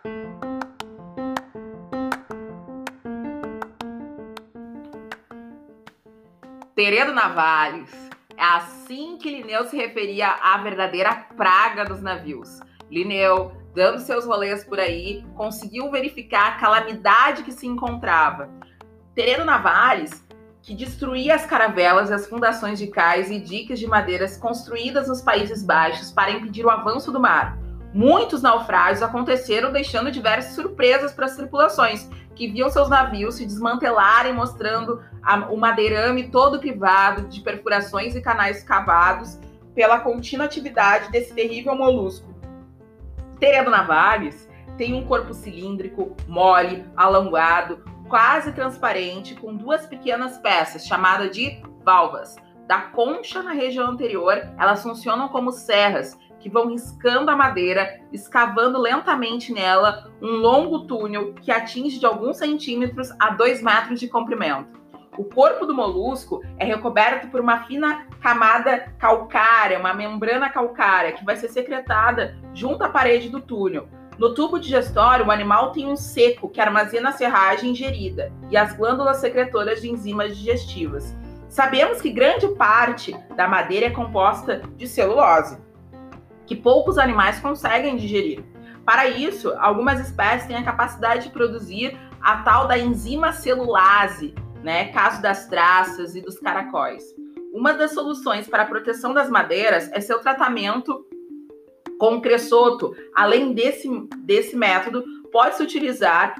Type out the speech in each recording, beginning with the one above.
Teredo Navalles. É assim que Linneu se referia à verdadeira praga dos navios. Linneu, dando seus rolês por aí, conseguiu verificar a calamidade que se encontrava. Teredo Navalles, que destruía as caravelas e as fundações de cais e diques de madeiras construídas nos Países Baixos para impedir o avanço do mar. Muitos naufrágios aconteceram, deixando diversas surpresas para as tripulações, que viam seus navios se desmantelarem, mostrando o madeirame todo crivado de perfurações e canais cavados pela contínua atividade desse terrível molusco. Teredo Navalles tem um corpo cilíndrico, mole, alongado, quase transparente, com duas pequenas peças, chamadas de valvas. Da concha na região anterior, elas funcionam como serras, que vão riscando a madeira, escavando lentamente nela um longo túnel que atinge de alguns centímetros a 2 metros de comprimento. O corpo do molusco é recoberto por uma fina camada calcária, uma membrana calcária, que vai ser secretada junto à parede do túnel. No tubo digestório, o animal tem um seco que armazena a serragem ingerida e as glândulas secretoras de enzimas digestivas. Sabemos que grande parte da madeira é composta de celulose, que poucos animais conseguem digerir. Para isso, algumas espécies têm a capacidade de produzir a tal da enzima celulase, caso das traças e dos caracóis. Uma das soluções para a proteção das madeiras é seu tratamento com creosoto. Além desse método, pode-se utilizar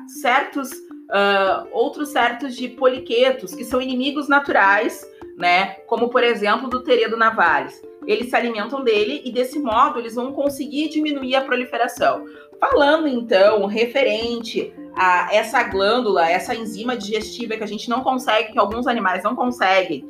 outros certos de poliquetos, que são inimigos naturais, como, por exemplo, do Teredo Navalles. Eles se alimentam dele e, desse modo, eles vão conseguir diminuir a proliferação. Falando, então, referente a essa glândula, essa enzima digestiva que a gente não consegue, que alguns animais não conseguem.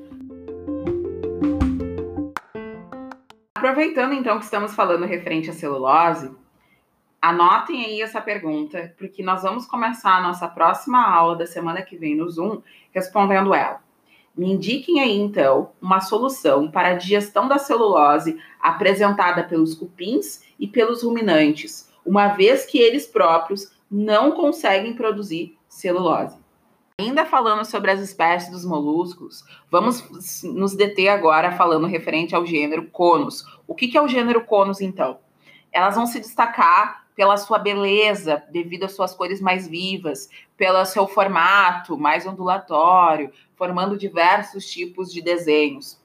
Aproveitando, então, que estamos falando referente à celulose, anotem aí essa pergunta, porque nós vamos começar a nossa próxima aula da semana que vem no Zoom respondendo ela. Me indiquem aí, então, uma solução para a digestão da celulose apresentada pelos cupins e pelos ruminantes, uma vez que eles próprios não conseguem produzir celulose. Ainda falando sobre as espécies dos moluscos, vamos nos deter agora falando referente ao gênero Conus. O que é o gênero Conus, então? Elas vão se destacar pela sua beleza, devido às suas cores mais vivas, pelo seu formato mais ondulatório, formando diversos tipos de desenhos.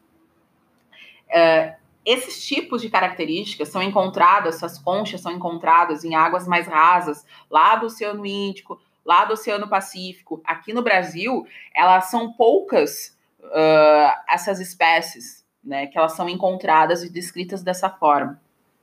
Esses tipos de características são encontradas, essas conchas são encontradas em águas mais rasas, lá do Oceano Índico, lá do Oceano Pacífico. Aqui no Brasil, elas são poucas, essas espécies, que elas são encontradas e descritas dessa forma.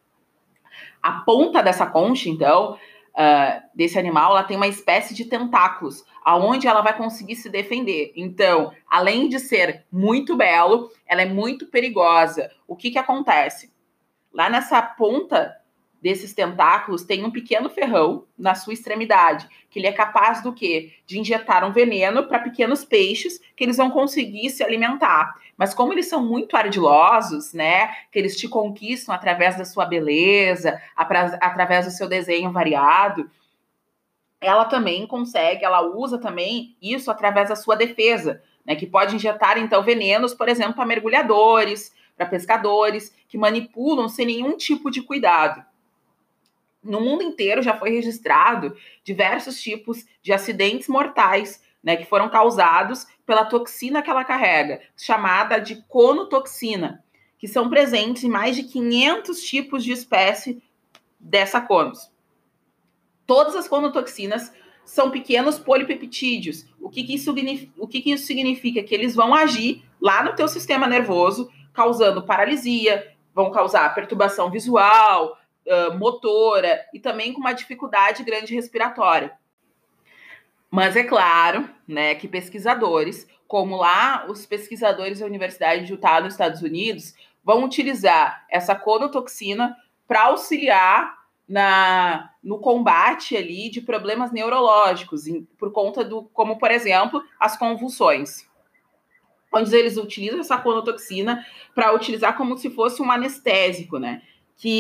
A ponta dessa concha, então, desse animal, ela tem uma espécie de tentáculos, aonde ela vai conseguir se defender. Então, além de ser muito belo, ela é muito perigosa. O que acontece? Lá nessa ponta desses tentáculos tem um pequeno ferrão na sua extremidade, que ele é capaz do quê? De injetar um veneno para pequenos peixes que eles vão conseguir se alimentar. Mas como eles são muito ardilosos, que eles te conquistam através da sua beleza, através do seu desenho variado, ela também consegue, ela usa também isso através da sua defesa, que pode injetar, então, venenos, por exemplo, para mergulhadores, para pescadores, que manipulam sem nenhum tipo de cuidado. No mundo inteiro já foi registrado diversos tipos de acidentes mortais, que foram causados pela toxina que ela carrega, chamada de conotoxina, que são presentes em mais de 500 tipos de espécie dessa Conus. Todas as conotoxinas são pequenos polipeptídeos. O que isso significa? Que eles vão agir lá no teu sistema nervoso, causando paralisia, vão causar perturbação visual, motora e também com uma dificuldade grande respiratória. Mas é claro, que pesquisadores, como lá os pesquisadores da Universidade de Utah, nos Estados Unidos, vão utilizar essa conotoxina para auxiliar no combate ali de problemas neurológicos, por conta como, por exemplo, as convulsões. Onde eles utilizam essa conotoxina para utilizar como se fosse um anestésico, que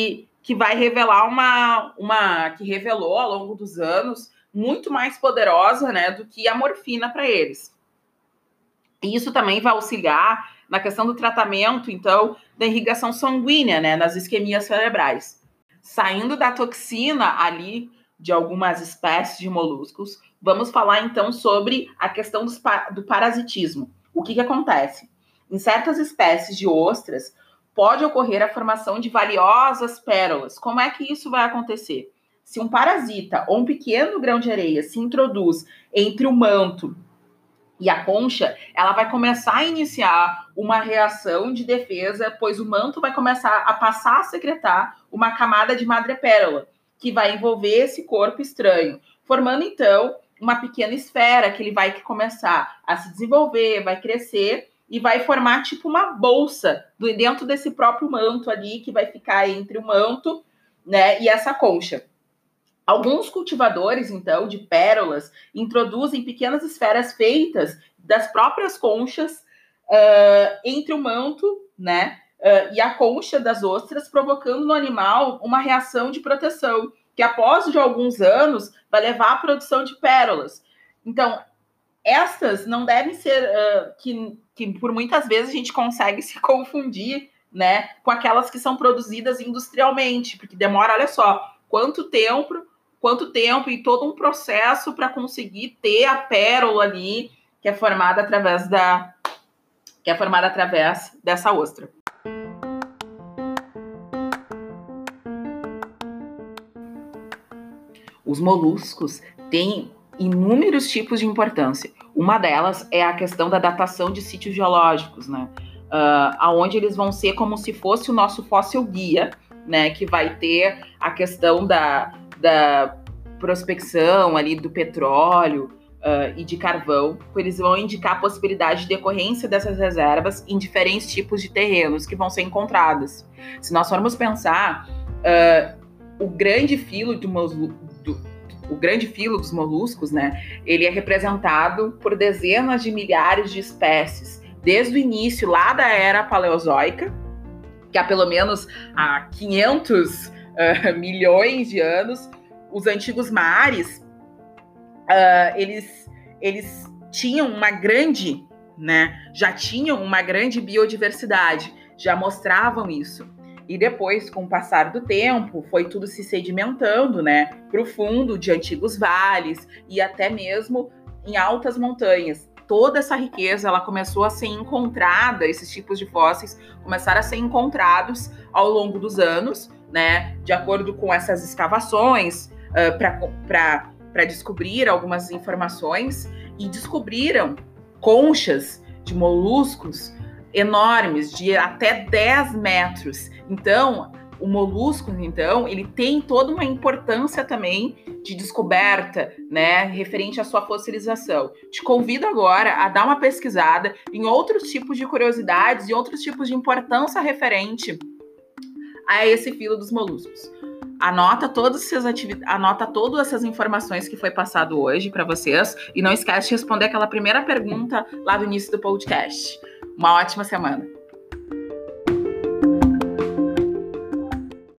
que vai revelar que revelou ao longo dos anos, muito mais poderosa, né, do que a morfina para eles. E isso também vai auxiliar na questão do tratamento, então, da irrigação sanguínea, né, nas isquemias cerebrais. Saindo da toxina ali de algumas espécies de moluscos, vamos falar então sobre a questão do parasitismo. O que acontece? Em certas espécies de ostras, pode ocorrer a formação de valiosas pérolas. Como é que isso vai acontecer? Se um parasita ou um pequeno grão de areia se introduz entre o manto e a concha, ela vai começar a iniciar uma reação de defesa, pois o manto vai começar a passar a secretar uma camada de madrepérola, que vai envolver esse corpo estranho, formando então uma pequena esfera que ele vai começar a se desenvolver, vai crescer e vai formar tipo uma bolsa dentro desse próprio manto ali, que vai ficar entre o manto, né, e essa concha. Alguns cultivadores, então, de pérolas, introduzem pequenas esferas feitas das próprias conchas entre o manto, né, e a concha das ostras, provocando no animal uma reação de proteção, que após de alguns anos vai levar à produção de pérolas. Então, essas não devem ser que por muitas vezes a gente consegue se confundir, né, com aquelas que são produzidas industrialmente, porque demora, olha só, quanto tempo e todo um processo para conseguir ter a pérola ali que é formada através dessa ostra. Os moluscos têm inúmeros tipos de importância. Uma delas é a questão da datação de sítios geológicos, né? Onde eles vão ser como se fosse o nosso fóssil guia, né? Que vai ter a questão da prospecção ali do petróleo e de carvão, eles vão indicar a possibilidade de decorrência dessas reservas em diferentes tipos de terrenos que vão ser encontradas. Se nós formos pensar, o grande filo dos moluscos, né, ele é representado por dezenas de milhares de espécies, desde o início lá da era paleozoica, que há pelo menos há 500 milhões de anos, os antigos mares, eles tinham uma grande, né, já tinham uma grande biodiversidade, já mostravam isso. E depois, com o passar do tempo, foi tudo se sedimentando, né, para o fundo de antigos vales e até mesmo em altas montanhas. Toda essa riqueza, ela começou a ser encontrada, esses tipos de fósseis começaram a ser encontrados ao longo dos anos, né, de acordo com essas escavações, para descobrir algumas informações, e descobriram conchas de moluscos enormes, de até 10 metros. Então, o molusco, então, ele tem toda uma importância também de descoberta, né, referente à sua fossilização. Te convido agora a dar uma pesquisada em outros tipos de curiosidades e outros tipos de importância referente a esse filo dos moluscos. Anota todas essas informações que foi passado hoje para vocês e não esquece de responder aquela primeira pergunta lá do início do podcast. Uma ótima semana.